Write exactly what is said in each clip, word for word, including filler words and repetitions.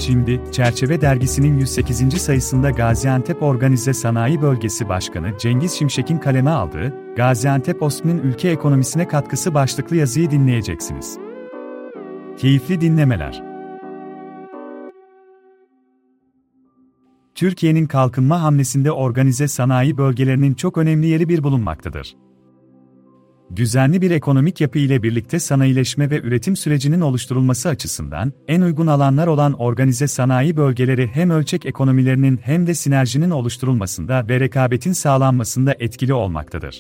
Şimdi, Çerçeve Dergisi'nin yüz sekizinci sayısında Gaziantep Organize Sanayi Bölgesi Başkanı Cengiz Şimşek'in kaleme aldığı, Gaziantep O S B'nin ülke ekonomisine katkısı başlıklı yazıyı dinleyeceksiniz. Keyifli dinlemeler. Türkiye'nin kalkınma hamlesinde organize sanayi bölgelerinin çok önemli yeri bir bulunmaktadır. Düzenli bir ekonomik yapı ile birlikte sanayileşme ve üretim sürecinin oluşturulması açısından en uygun alanlar olan organize sanayi bölgeleri hem ölçek ekonomilerinin hem de sinerjinin oluşturulmasında ve rekabetin sağlanmasında etkili olmaktadır.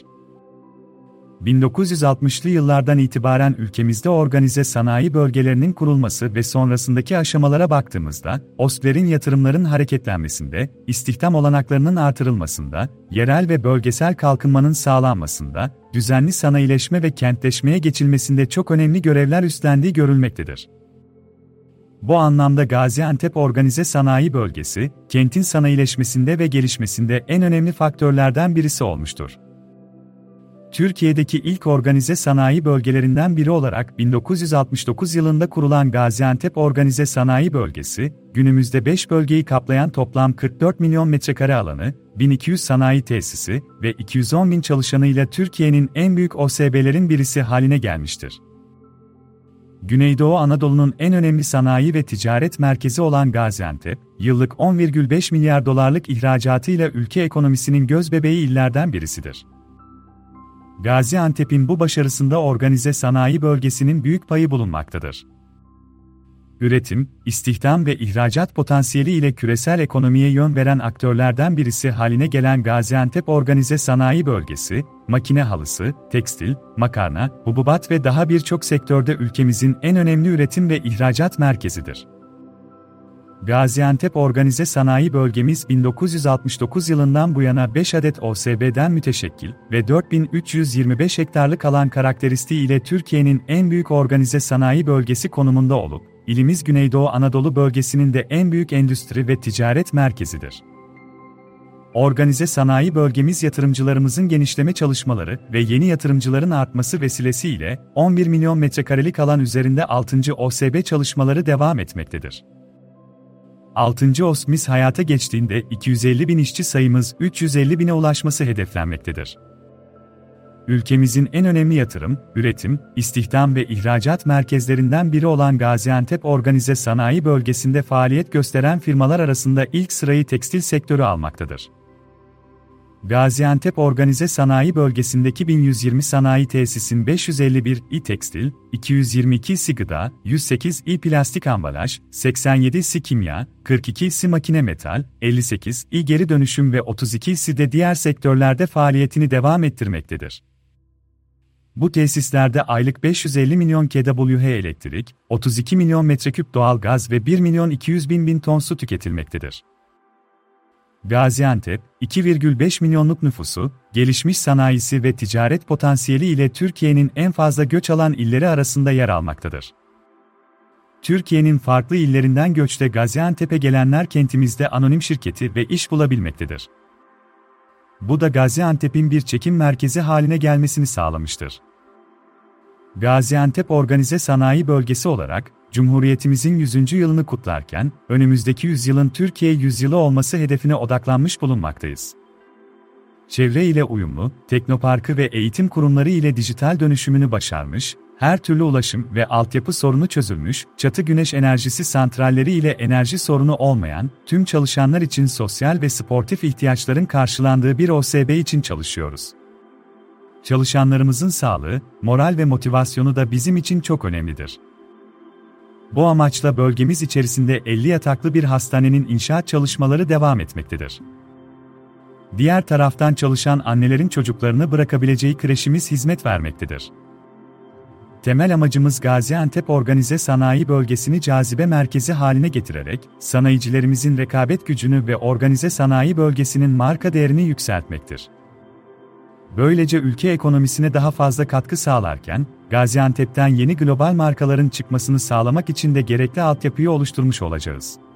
bin dokuz yüz altmışlı yıllardan itibaren ülkemizde organize sanayi bölgelerinin kurulması ve sonrasındaki aşamalara baktığımızda, O S B'lerin yatırımların hareketlenmesinde, istihdam olanaklarının artırılmasında, yerel ve bölgesel kalkınmanın sağlanmasında, düzenli sanayileşme ve kentleşmeye geçilmesinde çok önemli görevler üstlendiği görülmektedir. Bu anlamda Gaziantep Organize Sanayi Bölgesi, kentin sanayileşmesinde ve gelişmesinde en önemli faktörlerden birisi olmuştur. Türkiye'deki ilk organize sanayi bölgelerinden biri olarak bin dokuz yüz altmış dokuz yılında kurulan Gaziantep Organize Sanayi Bölgesi, günümüzde beş bölgeyi kaplayan toplam kırk dört milyon metrekare alanı, bin iki yüz sanayi tesisi ve iki yüz on bin çalışanıyla Türkiye'nin en büyük O S B'lerin birisi haline gelmiştir. Güneydoğu Anadolu'nun en önemli sanayi ve ticaret merkezi olan Gaziantep, yıllık on virgül beş milyar dolarlık ihracatıyla ülke ekonomisinin gözbebeği illerden birisidir. Gaziantep'in bu başarısında organize sanayi bölgesinin büyük payı bulunmaktadır. Üretim, istihdam ve ihracat potansiyeli ile küresel ekonomiye yön veren aktörlerden birisi haline gelen Gaziantep Organize Sanayi Bölgesi, makine halısı, tekstil, makarna, hububat ve daha birçok sektörde ülkemizin en önemli üretim ve ihracat merkezidir. Gaziantep Organize Sanayi Bölgemiz bin dokuz yüz altmış dokuz yılından bu yana beş adet O S B'den müteşekkil ve dört bin üç yüz yirmi beş hektarlık alan karakteristiği ile Türkiye'nin en büyük organize sanayi bölgesi konumunda olup, ilimiz Güneydoğu Anadolu bölgesinin de en büyük endüstri ve ticaret merkezidir. Organize sanayi bölgemiz yatırımcılarımızın genişleme çalışmaları ve yeni yatırımcıların artması vesilesiyle on bir milyon metrekarelik alan üzerinde altıncı O S B çalışmaları devam etmektedir. altıncı O S B'miz hayata geçtiğinde iki yüz elli bin işçi sayımız üç yüz elli bine ulaşması hedeflenmektedir. Ülkemizin en önemli yatırım, üretim, istihdam ve ihracat merkezlerinden biri olan Gaziantep Organize Sanayi Bölgesi'nde faaliyet gösteren firmalar arasında ilk sırayı tekstil sektörü almaktadır. Gaziantep Organize Sanayi Bölgesi'ndeki bin yüz yirmi sanayi tesisin beş yüz elli bir i tekstil, iki yüz yirmi ikisi gıda, yüz sekiz i plastik ambalaj, seksen yedisi kimya, kırk ikisi makine metal, elli sekiz i geri dönüşüm ve otuz ikisi de diğer sektörlerde faaliyetini devam ettirmektedir. Bu tesislerde aylık beş yüz elli milyon kilowatt elektrik, otuz iki milyon metreküp doğal gaz ve bir milyon iki yüz bin bin ton su tüketilmektedir. Gaziantep, iki virgül beş milyonluk nüfusu, gelişmiş sanayisi ve ticaret potansiyeli ile Türkiye'nin en fazla göç alan illeri arasında yer almaktadır. Türkiye'nin farklı illerinden göçte Gaziantep'e gelenler kentimizde anonim şirketi ve iş bulabilmektedir. Bu da Gaziantep'in bir çekim merkezi haline gelmesini sağlamıştır. Gaziantep Organize Sanayi Bölgesi olarak, Cumhuriyetimizin yüzüncü yılını kutlarken, önümüzdeki yüzyılın Türkiye yüzyılı olması hedefine odaklanmış bulunmaktayız. Çevre ile uyumlu, teknoparkı ve eğitim kurumları ile dijital dönüşümünü başarmış, her türlü ulaşım ve altyapı sorunu çözülmüş, çatı güneş enerjisi santralleri ile enerji sorunu olmayan, tüm çalışanlar için sosyal ve sportif ihtiyaçların karşılandığı bir O S B için çalışıyoruz. Çalışanlarımızın sağlığı, moral ve motivasyonu da bizim için çok önemlidir. Bu amaçla bölgemiz içerisinde elli yataklı bir hastanenin inşaat çalışmaları devam etmektedir. Diğer taraftan çalışan annelerin çocuklarını bırakabileceği kreşimiz hizmet vermektedir. Temel amacımız Gaziantep Organize Sanayi Bölgesi'ni cazibe merkezi haline getirerek, sanayicilerimizin rekabet gücünü ve organize sanayi bölgesinin marka değerini yükseltmektir. Böylece ülke ekonomisine daha fazla katkı sağlarken, Gaziantep'ten yeni global markaların çıkmasını sağlamak için de gerekli altyapıyı oluşturmuş olacağız.